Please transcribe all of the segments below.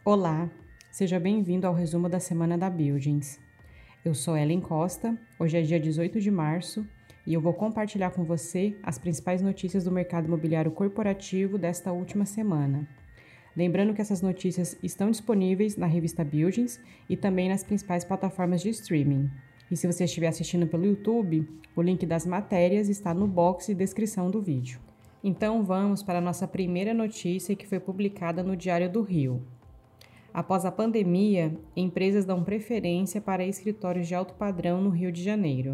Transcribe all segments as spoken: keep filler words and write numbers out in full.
Olá, seja bem-vindo ao resumo da semana da Buildings. Eu sou Ellen Costa, hoje é dia dezoito de março e eu vou compartilhar com você as principais notícias do mercado imobiliário corporativo desta última semana. Lembrando que essas notícias estão disponíveis na revista Buildings e também nas principais plataformas de streaming. E se você estiver assistindo pelo YouTube, o link das matérias está no box de descrição do vídeo. Então vamos para a nossa primeira notícia que foi publicada no Diário do Rio. Após a pandemia, empresas dão preferência para escritórios de alto padrão no Rio de Janeiro.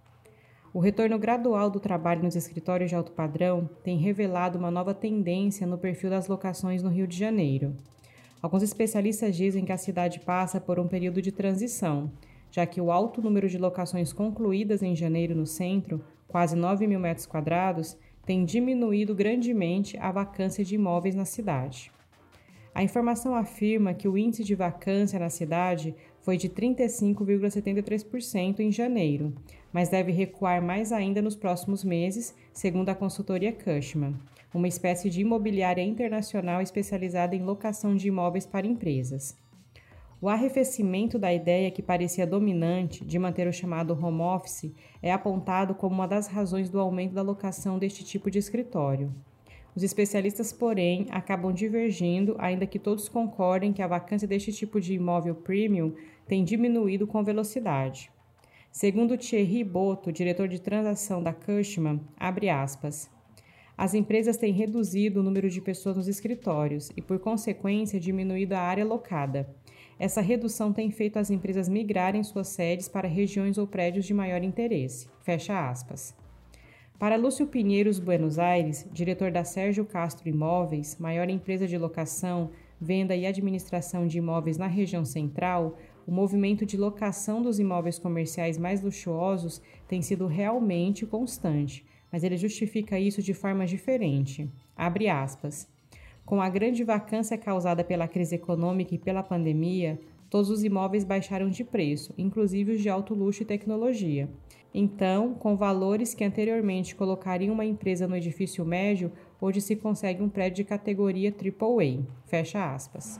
O retorno gradual do trabalho nos escritórios de alto padrão tem revelado uma nova tendência no perfil das locações no Rio de Janeiro. Alguns especialistas dizem que a cidade passa por um período de transição, já que o alto número de locações concluídas em janeiro no centro, quase nove mil metros quadrados, tem diminuído grandemente a vacância de imóveis na cidade. A informação afirma que o índice de vacância na cidade foi de trinta e cinco vírgula setenta e três por cento em janeiro, mas deve recuar mais ainda nos próximos meses, segundo a consultoria Cushman, uma espécie de imobiliária internacional especializada em locação de imóveis para empresas. O arrefecimento da ideia que parecia dominante de manter o chamado home office é apontado como uma das razões do aumento da locação deste tipo de escritório. Os especialistas, porém, acabam divergindo, ainda que todos concordem que a vacância deste tipo de imóvel premium tem diminuído com velocidade. Segundo Thierry Boto, diretor de transação da Cushman, abre aspas, as empresas têm reduzido o número de pessoas nos escritórios e, por consequência, diminuído a área locada. Essa redução tem feito as empresas migrarem suas sedes para regiões ou prédios de maior interesse. Fecha aspas. Para Lúcio Pinheiros Buenos Aires, diretor da Sérgio Castro Imóveis, maior empresa de locação, venda e administração de imóveis na região central, o movimento de locação dos imóveis comerciais mais luxuosos tem sido realmente constante, mas ele justifica isso de forma diferente. Abre aspas. Com a grande vacância causada pela crise econômica e pela pandemia, todos os imóveis baixaram de preço, inclusive os de alto luxo e tecnologia. Então, com valores que anteriormente colocariam uma empresa no edifício médio, hoje se consegue um prédio de categoria triplo A. Fecha aspas.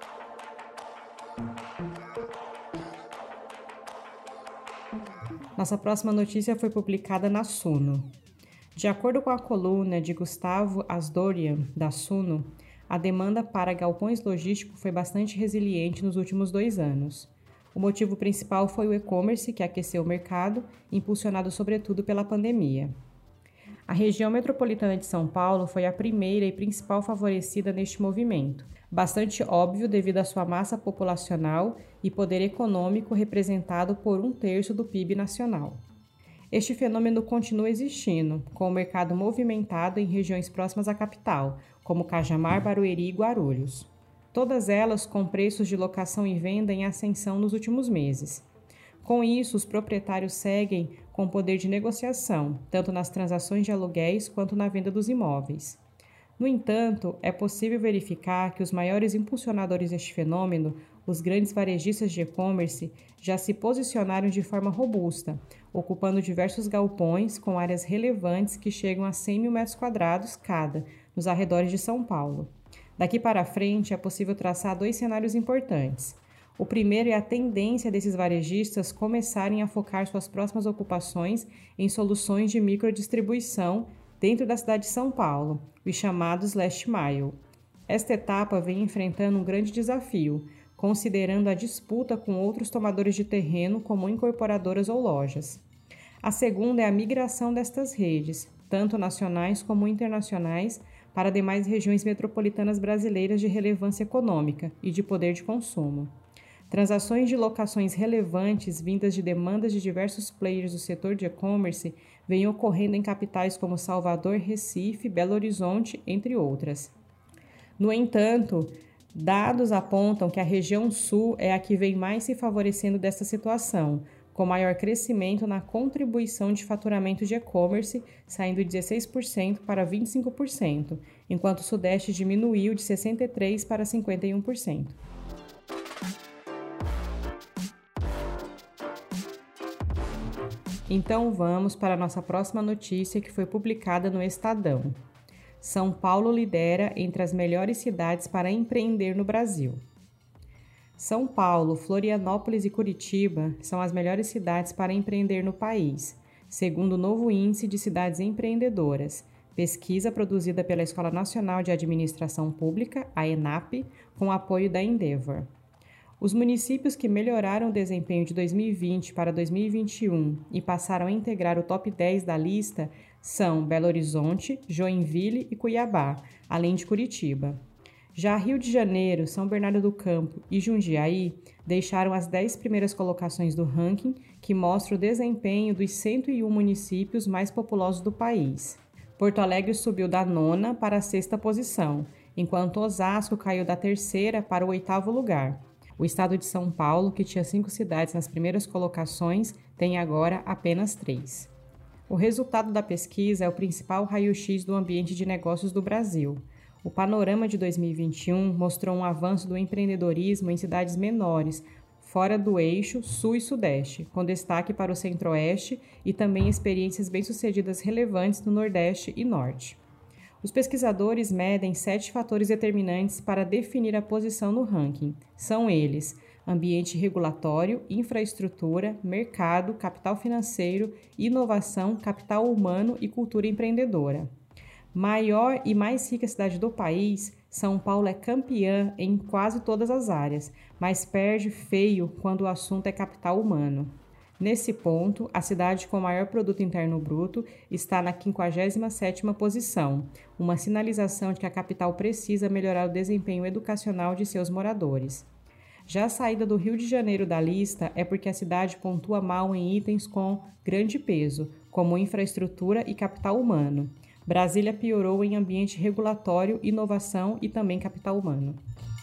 Nossa próxima notícia foi publicada na Suno. De acordo com a coluna de Gustavo Asdorian, da Suno, a demanda para galpões logísticos foi bastante resiliente nos últimos dois anos. O motivo principal foi o e-commerce, que aqueceu o mercado, impulsionado sobretudo pela pandemia. A região metropolitana de São Paulo foi a primeira e principal favorecida neste movimento, bastante óbvio devido à sua massa populacional e poder econômico representado por um terço do P I B nacional. Este fenômeno continua existindo, com o mercado movimentado em regiões próximas à capital, como Cajamar, Barueri e Guarulhos. Todas elas com preços de locação e venda em ascensão nos últimos meses. Com isso, os proprietários seguem com poder de negociação, tanto nas transações de aluguéis quanto na venda dos imóveis. No entanto, é possível verificar que os maiores impulsionadores deste fenômeno, os grandes varejistas de e-commerce, já se posicionaram de forma robusta, ocupando diversos galpões com áreas relevantes que chegam a cem mil metros quadrados cada, nos arredores de São Paulo. Daqui para frente, é possível traçar dois cenários importantes. O primeiro é a tendência desses varejistas começarem a focar suas próximas ocupações em soluções de microdistribuição dentro da cidade de São Paulo, os chamados last mile. Esta etapa vem enfrentando um grande desafio, considerando a disputa com outros tomadores de terreno como incorporadoras ou lojas. A segunda é a migração destas redes, tanto nacionais como internacionais, para demais regiões metropolitanas brasileiras de relevância econômica e de poder de consumo. Transações de locações relevantes vindas de demandas de diversos players do setor de e-commerce vêm ocorrendo em capitais como Salvador, Recife, Belo Horizonte, entre outras. No entanto, dados apontam que a região sul é a que vem mais se favorecendo dessa situação, com maior crescimento na contribuição de faturamento de e-commerce, saindo de dezesseis por cento para vinte e cinco por cento, enquanto o Sudeste diminuiu de sessenta e três por cento para cinquenta e um por cento. Então vamos para a nossa próxima notícia que foi publicada no Estadão. São Paulo lidera entre as melhores cidades para empreender no Brasil. São Paulo, Florianópolis e Curitiba são as melhores cidades para empreender no país, segundo o novo Índice de Cidades Empreendedoras, pesquisa produzida pela Escola Nacional de Administração Pública, a ENAP, com apoio da Endeavor. Os municípios que melhoraram o desempenho de dois mil e vinte para dois mil e vinte e um e passaram a integrar o top dez da lista são Belo Horizonte, Joinville e Cuiabá, além de Curitiba. Já Rio de Janeiro, São Bernardo do Campo e Jundiaí deixaram as dez primeiras colocações do ranking, que mostra o desempenho dos cento e um municípios mais populosos do país. Porto Alegre subiu da nona para a sexta posição, enquanto Osasco caiu da terceira para o oitavo lugar. O estado de São Paulo, que tinha cinco cidades nas primeiras colocações, tem agora apenas três. O resultado da pesquisa é o principal raio-x do ambiente de negócios do Brasil. O panorama de dois mil e vinte e um mostrou um avanço do empreendedorismo em cidades menores, fora do eixo sul e sudeste, com destaque para o centro-oeste e também experiências bem-sucedidas relevantes no nordeste e norte. Os pesquisadores medem sete fatores determinantes para definir a posição no ranking. São eles: ambiente regulatório, infraestrutura, mercado, capital financeiro, inovação, capital humano e cultura empreendedora. Maior e mais rica cidade do país, São Paulo é campeã em quase todas as áreas, mas perde feio quando o assunto é capital humano. Nesse ponto, a cidade com maior produto interno bruto está na quinquagésima sétima posição, uma sinalização de que a capital precisa melhorar o desempenho educacional de seus moradores. Já a saída do Rio de Janeiro da lista é porque a cidade pontua mal em itens com grande peso, como infraestrutura e capital humano. Brasília piorou em ambiente regulatório, inovação e também capital humano.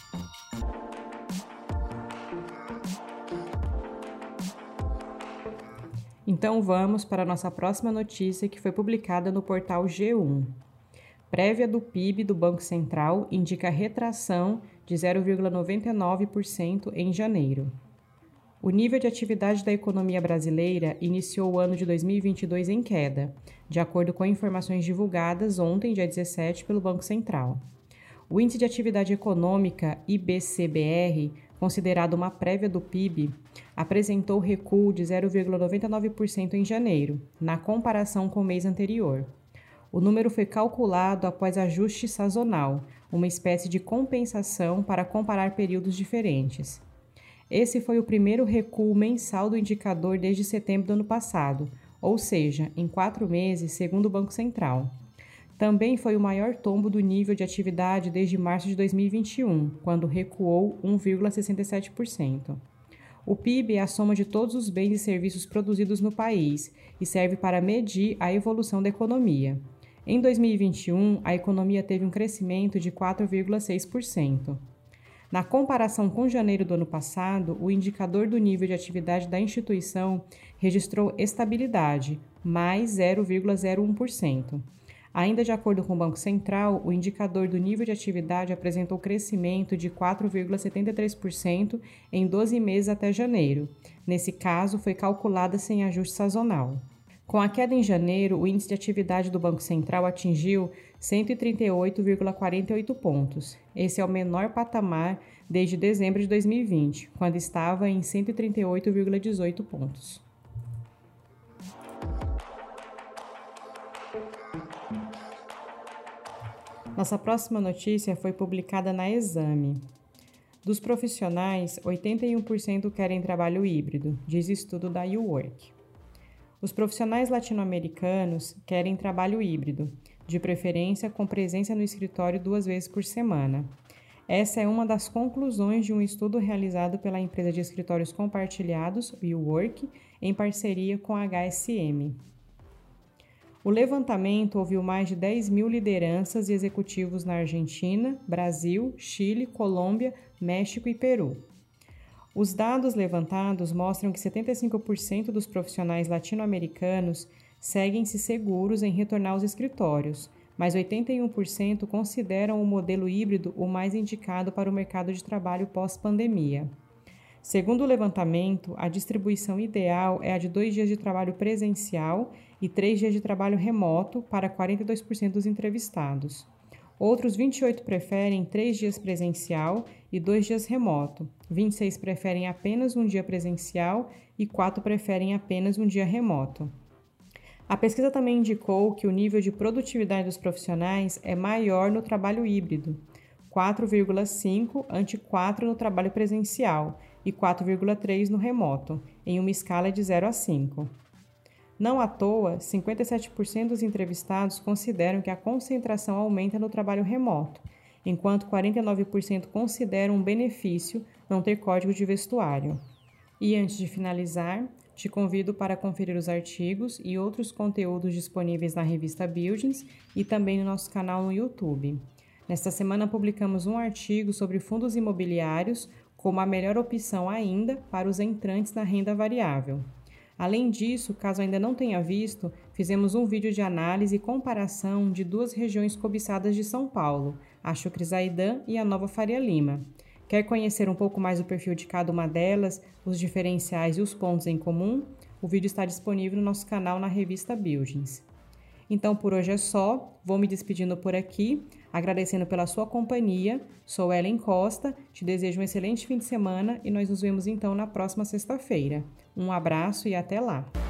Então vamos para a nossa próxima notícia, que foi publicada no portal G um. Prévia do P I B do Banco Central indica retração de zero vírgula noventa e nove por cento em janeiro. O nível de atividade da economia brasileira iniciou o ano de dois mil e vinte e dois em queda, de acordo com informações divulgadas ontem, dia dezessete, pelo Banco Central. O Índice de Atividade Econômica, I B C B R, considerado uma prévia do P I B, apresentou recuo de zero vírgula noventa e nove por cento em janeiro, na comparação com o mês anterior. O número foi calculado após ajuste sazonal, uma espécie de compensação para comparar períodos diferentes. Esse foi o primeiro recuo mensal do indicador desde setembro do ano passado, ou seja, em quatro meses, segundo o Banco Central. Também foi o maior tombo do nível de atividade desde março de dois mil e vinte e um, quando recuou um vírgula sessenta e sete por cento. O P I B é a soma de todos os bens e serviços produzidos no país e serve para medir a evolução da economia. Em dois mil e vinte e um, a economia teve um crescimento de quatro vírgula seis por cento. Na comparação com janeiro do ano passado, o indicador do nível de atividade da instituição registrou estabilidade, mais zero vírgula zero um por cento. Ainda de acordo com o Banco Central, o indicador do nível de atividade apresentou crescimento de quatro vírgula setenta e três por cento em doze meses até janeiro. Nesse caso, foi calculada sem ajuste sazonal. Com a queda em janeiro, o índice de atividade do Banco Central atingiu cento e trinta e oito vírgula quarenta e oito pontos. Esse é o menor patamar desde dezembro de dois mil e vinte, quando estava em cento e trinta e oito vírgula dezoito pontos. Nossa próxima notícia foi publicada na Exame. Dos profissionais, oitenta e um por cento querem trabalho híbrido, diz estudo da YouWork. Os profissionais latino-americanos querem trabalho híbrido, de preferência com presença no escritório duas vezes por semana. Essa é uma das conclusões de um estudo realizado pela empresa de escritórios compartilhados, YouWork, em parceria com a H S M. O levantamento ouviu mais de dez mil lideranças e executivos na Argentina, Brasil, Chile, Colômbia, México e Peru. Os dados levantados mostram que setenta e cinco por cento dos profissionais latino-americanos seguem-se seguros em retornar aos escritórios, mas oitenta e um por cento consideram o modelo híbrido o mais indicado para o mercado de trabalho pós-pandemia. Segundo o levantamento, a distribuição ideal é a de dois dias de trabalho presencial e três dias de trabalho remoto para quarenta e dois por cento dos entrevistados. Outros vinte e oito por cento preferem três dias presencial e dois dias remoto. vinte e seis preferem apenas um dia presencial e quatro preferem apenas um dia remoto. A pesquisa também indicou que o nível de produtividade dos profissionais é maior no trabalho híbrido, quatro vírgula cinco ante quatro no trabalho presencial e quatro vírgula três no remoto, em uma escala de zero a cinco. Não à toa, cinquenta e sete por cento dos entrevistados consideram que a concentração aumenta no trabalho remoto, enquanto quarenta e nove por cento consideram um benefício não ter código de vestuário. E antes de finalizar, te convido para conferir os artigos e outros conteúdos disponíveis na revista Buildings e também no nosso canal no YouTube. Nesta semana publicamos um artigo sobre fundos imobiliários como a melhor opção ainda para os entrantes na renda variável. Além disso, caso ainda não tenha visto, fizemos um vídeo de análise e comparação de duas regiões cobiçadas de São Paulo, a Chucrizaidan e a Nova Faria Lima. Quer conhecer um pouco mais o perfil de cada uma delas, os diferenciais e os pontos em comum? O vídeo está disponível no nosso canal na revista Buildings. Então, por hoje é só. Vou me despedindo por aqui, agradecendo pela sua companhia. Sou Ellen Costa, te desejo um excelente fim de semana e nós nos vemos então na próxima sexta-feira. Um abraço e até lá!